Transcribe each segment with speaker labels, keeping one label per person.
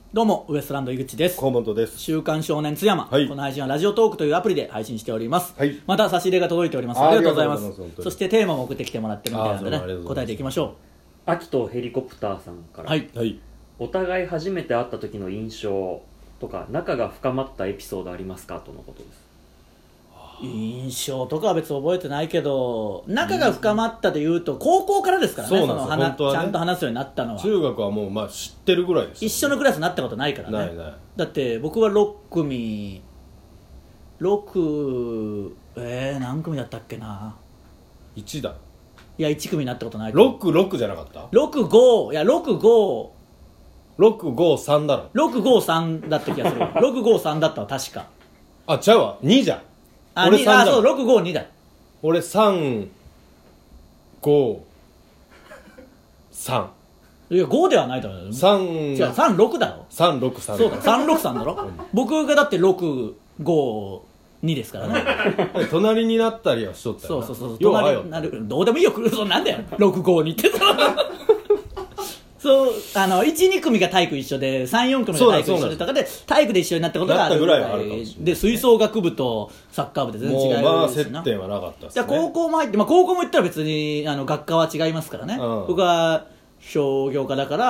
Speaker 1: どうもウエストランド井口です。
Speaker 2: 河本です。
Speaker 1: 週刊少年津山、
Speaker 2: はい、
Speaker 1: この配信はラジオトークというアプリで配信しております、
Speaker 2: はい、
Speaker 1: また差し入れが届いております。ありがとうございます。
Speaker 2: そ
Speaker 1: してテーマも送ってきてもらってるみたいなのでね、答えていきましょ
Speaker 3: う。秋とヘリコプターさんから、
Speaker 1: はい、
Speaker 3: お互い初めて会った時の印象とか仲が深まったエピソードありますかとのことです。
Speaker 1: 印象とかは別に覚えてないけど、仲が深まったというと高校からですからね。
Speaker 2: そうなんですよ、
Speaker 1: ちゃんと話すようになったのは。
Speaker 2: 中学はもう知ってるぐらいです、
Speaker 1: 一緒のクラスになったことないからね。
Speaker 2: ない
Speaker 1: だって僕は6組何組だったっけな。
Speaker 2: 1だ。
Speaker 1: いや1組になったことない。
Speaker 2: 6じゃなかった。
Speaker 1: 65、いや
Speaker 2: 653だろ。
Speaker 1: 653だった気がする。653だったわ確か。
Speaker 2: あ、ちゃうわ、2じゃん。
Speaker 1: 俺3だ。そう、652だ。
Speaker 2: 俺353。
Speaker 1: いや5ではないだろ。違う、36だろ。
Speaker 2: 363。
Speaker 1: そうだ、363だろ、僕がだって652ですからね。
Speaker 2: 隣になったりはしとったよな。
Speaker 1: そう隣になる。どうでもいいよ、そうなんだよ652ってそう、1、2組が体育一緒で3、4組が体育一緒でとかで体育で一緒になったことがあるぐらいで、吹奏楽部とサッカー部で全然違うしな。
Speaker 2: もう接点はなかったですね。
Speaker 1: 高校も入って、高校も行ったら別に学科は違いますからね、僕は商業科だから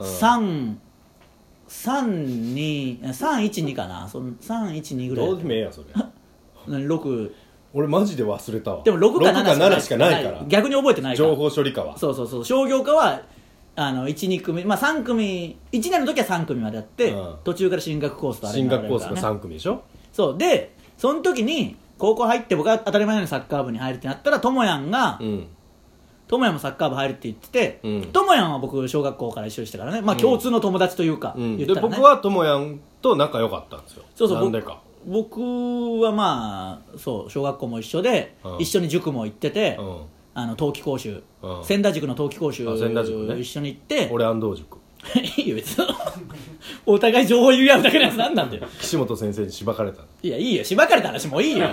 Speaker 1: 、312かな、312ぐらい。
Speaker 2: どうでもええやそれ
Speaker 1: 6
Speaker 2: 俺マジで忘れたわ。
Speaker 1: でも6か7
Speaker 2: しかないから、
Speaker 1: 逆に覚えてないから。
Speaker 2: 情報処理科は
Speaker 1: そう商業科は1、2組、3組、1年の時は3組までやって、途中から進学コースとあれになるからね。
Speaker 2: 進学コースが3組でしょ。
Speaker 1: そうで、その時に高校入って僕は当たり前のようにサッカー部に入るってなったら、ともやんが、ともやんもサッカー部入るって言ってて、ともやんは僕小学校から一緒でしたからね、共通の友達というか、言ったらね。
Speaker 2: で僕はともやんと仲良かったんですよ。
Speaker 1: そう
Speaker 2: なんでか。
Speaker 1: 僕はそう小学校も一緒で、一緒に塾も行ってて、冬季講習、千田塾の冬季講習一緒に行って、
Speaker 2: 俺安藤塾
Speaker 1: いいよ別にお互い情報言い合うだけのやつなんなんだよ。
Speaker 2: 岸本先生にしばかれた。
Speaker 1: いやいいよ、しばかれた話もういいよ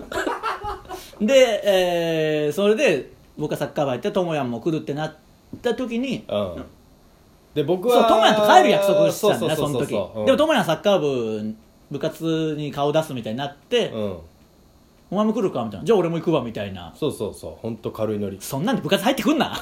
Speaker 1: で、それで僕はサッカー部入ってともやんも来るってなった時に、
Speaker 2: で僕は
Speaker 1: ともやんと帰る約束してたんだね、その時。でもともやんサッカー部活に顔出すみたいになって、お前も来るかみたいな、じゃあ俺も行くわみたいな。
Speaker 2: そう本当軽いノリ。
Speaker 1: そんなんで部活入ってくんな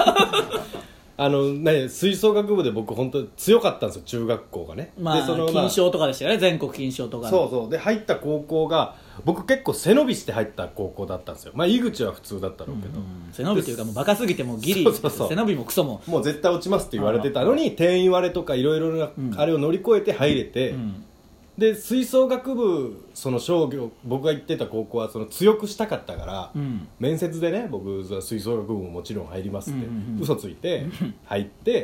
Speaker 2: 吹奏楽部で僕本当強かったんですよ、中学校がね。
Speaker 1: で金賞とかでしたよね、全国金賞とか。
Speaker 2: そうで入った高校が僕結構背伸びして入った高校だったんですよ。井口は普通だったろうけど、
Speaker 1: 背伸びというかもうバカすぎてもうギリ背伸びもクソも
Speaker 2: もう絶対落ちますって言われてたのに、定員割れとかいろいろなあれを乗り越えて入れて、で吹奏楽部、その商業、僕が行ってた高校はその強くしたかったから、面接でね、僕吹奏楽部ももちろん入りますって嘘ついて入って、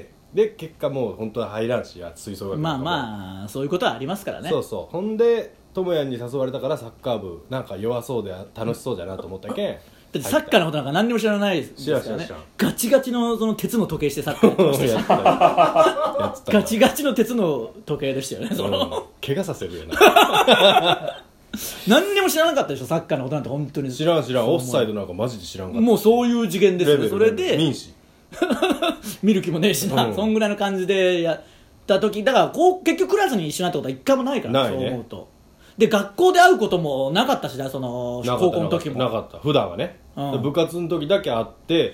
Speaker 2: で結果もう本当は入らんし、吹奏楽部
Speaker 1: そういうことはありますからね。
Speaker 2: ほんでともやんに誘われたから、サッカー部なんか弱そうで楽しそうだなと思ったけんだ
Speaker 1: ってサッカーのことなんか何にも知らないですからね。ガチガチのその鉄の時計してサッカーやってましたガチガチの鉄の時計でしたよね。
Speaker 2: 怪我させるよな
Speaker 1: 何にも知らなかったでしょ、サッカーのことなんて。本当に
Speaker 2: 知らん。オフサイドなんかマジで知らんかった。
Speaker 1: もうそういう次元ですよね。それで
Speaker 2: 民主
Speaker 1: 見る気もねえしな、そんぐらいの感じでやった時だから、結局クラスに一緒になったことは一回もないから、そう思うと。で学校で会うこともなかったしな、その高校の時も
Speaker 2: なかった。普段はね、部活の時だけ会って、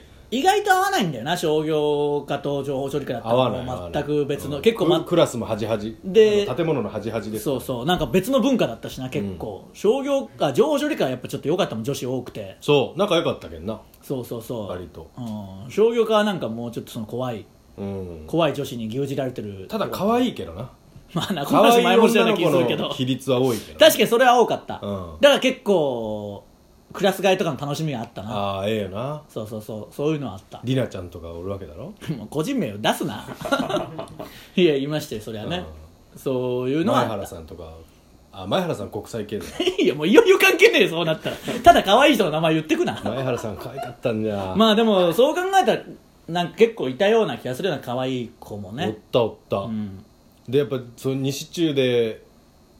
Speaker 1: 意外と合わないんだよな、商業科と情報処理科だったら全く別の、結構
Speaker 2: クラスも端々
Speaker 1: で、
Speaker 2: 建物の端々です。
Speaker 1: そうなんか別の文化だったしな、結構、商業科情報処理科はやっぱちょっと良かったもん、女子多くて。
Speaker 2: そう仲良かったけんな。
Speaker 1: そう
Speaker 2: 割と、
Speaker 1: 商業科はなんかもうちょっとその怖い女子に牛耳られてる。
Speaker 2: ただ可愛いけどな。
Speaker 1: こんな話前もしたような気するけど、
Speaker 2: 比率は多いけど、
Speaker 1: 確かにそれは多かった、だから結構クラス替えとかの楽しみがあったな。
Speaker 2: ええよな。
Speaker 1: そういうのはあった。
Speaker 2: りなちゃんとかおるわけだろ
Speaker 1: もう個人名を出すないや、いましてそれはね、そういうのはあった。
Speaker 2: 前原さんとか。前原さん国際系だ
Speaker 1: いやもういよいよ関係ねえ、そうなったらただ可愛い人の名前言ってくな
Speaker 2: 前原さん可愛かったんじゃ
Speaker 1: でもそう考えたらなんか結構いたような気がするような可愛い子もね。
Speaker 2: おった、でやっぱその西中で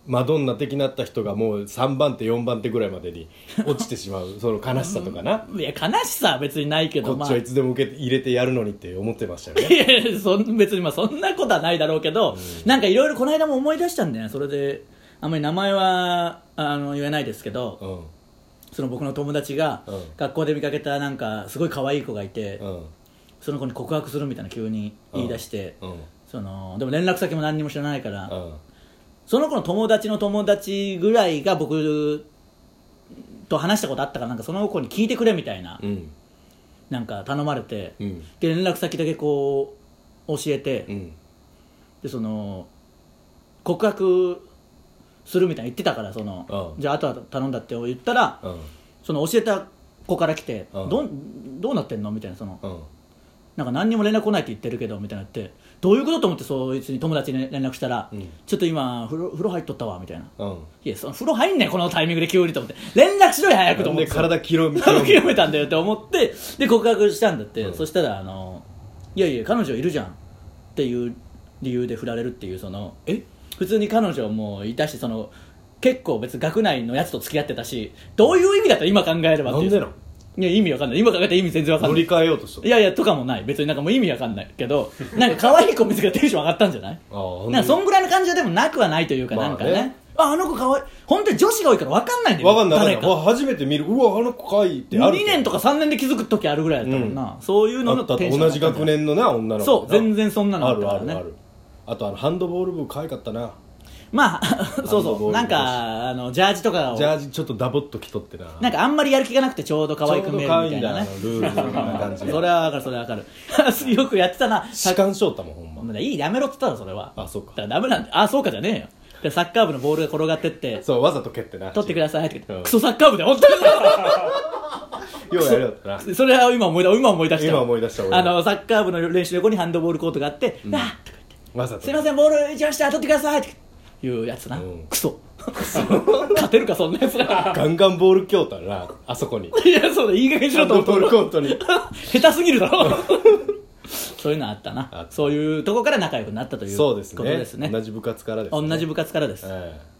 Speaker 2: マドンナ的なった人がもう3番手4番手ぐらいまでに落ちてしまうその悲しさとかな、
Speaker 1: いや悲しさは別にないけど、
Speaker 2: こっちはいつでも入れてやるのにって思ってましたよ
Speaker 1: い
Speaker 2: ね。
Speaker 1: や別にまあそんなことはないだろうけど、なんかいろいろこの間も思い出したんだよね。それであんまり名前は言えないですけど、その僕の友達が学校で見かけたなんかすごい可愛い子がいて、その子に告白するみたいな急に言い出して、でも連絡先も何にも知らないから、その子の友達の友達ぐらいが僕と話したことあったから、なんかその子に聞いてくれみたいな、なんか頼まれて、で連絡先だけこう教えて、でその告白するみたいに言ってたから、じゃああとは頼んだって言ったら、その教えた子から来て、どうなってんのみたいな、なんか何にも連絡来ないって言ってるけどみたいなって、どういうことと思ってそいつに友達に連絡したら、ちょっと今風呂入っとったわみたいな、いやその風呂入んねんこのタイミングで急にと思って、連絡しろよ早くと思って、
Speaker 2: 体清め
Speaker 1: たんだよって思って、で告白したんだって、そしたらいやいや彼女いるじゃんっていう理由で振られるっていう、普通に彼女もいたし、結構別に学内のやつと付き合ってたし、どういう意味だったら今考えればっていう。
Speaker 2: なんでなの？
Speaker 1: いや意味わかんない、今考えたら意味全然わかんない、
Speaker 2: 乗り換えようとした。
Speaker 1: いやいやとかもない、別になんかもう意味わかんないけど、なんか可愛い子見つけてテンション上がったんじゃない？なんかそんぐらいの感じはでもなくはないというか、なんかね、あの子可愛い、本当に女子が多いからわかんないんだよ。
Speaker 2: わかんない初めて見る、うわあの子可愛いってある。
Speaker 1: 2年とか3年で気づく時あるぐらいだったもんな、そういうののテンション
Speaker 2: 同じ学年のな女の子、
Speaker 1: そう全然そんなのあったからね。
Speaker 2: あとハンドボール部可愛かったな。
Speaker 1: まあそうなんかジャージとかを
Speaker 2: ジャージちょっとダボっと着とってな、
Speaker 1: なんかあんまりやる気がなくてちょうど可愛く見えるみたいなね、
Speaker 2: ルールな感じ
Speaker 1: それは分かるよくやってたな。
Speaker 2: 士官翔太もほんま
Speaker 1: いいやめろって言ったらそれは。
Speaker 2: あそうか、
Speaker 1: だからダメなんだ。あそうかじゃねえよ。でサッカー部のボールが転がってって、
Speaker 2: そうわざと蹴ってな、
Speaker 1: 取ってくださいって言って、クソサッカー部で本当に
Speaker 2: ようやるよったな。
Speaker 1: それは今思い出した
Speaker 2: 今思い出した。
Speaker 1: サッカー部の練習横にハンドボールコートがあって、わーとか言って、すいませんボール行きました取ってくださいっていうやつな、クソ勝てるかそんなやつが
Speaker 2: ガンガンボール強打な、あそこに。
Speaker 1: いやそうだ、いい加減しろと思って、
Speaker 2: ボールコートに
Speaker 1: 下手すぎるだろそういうのあったな。そういうとこから仲良くなったということですね。
Speaker 2: 同じ部活からです。
Speaker 1: 同じ部活からです。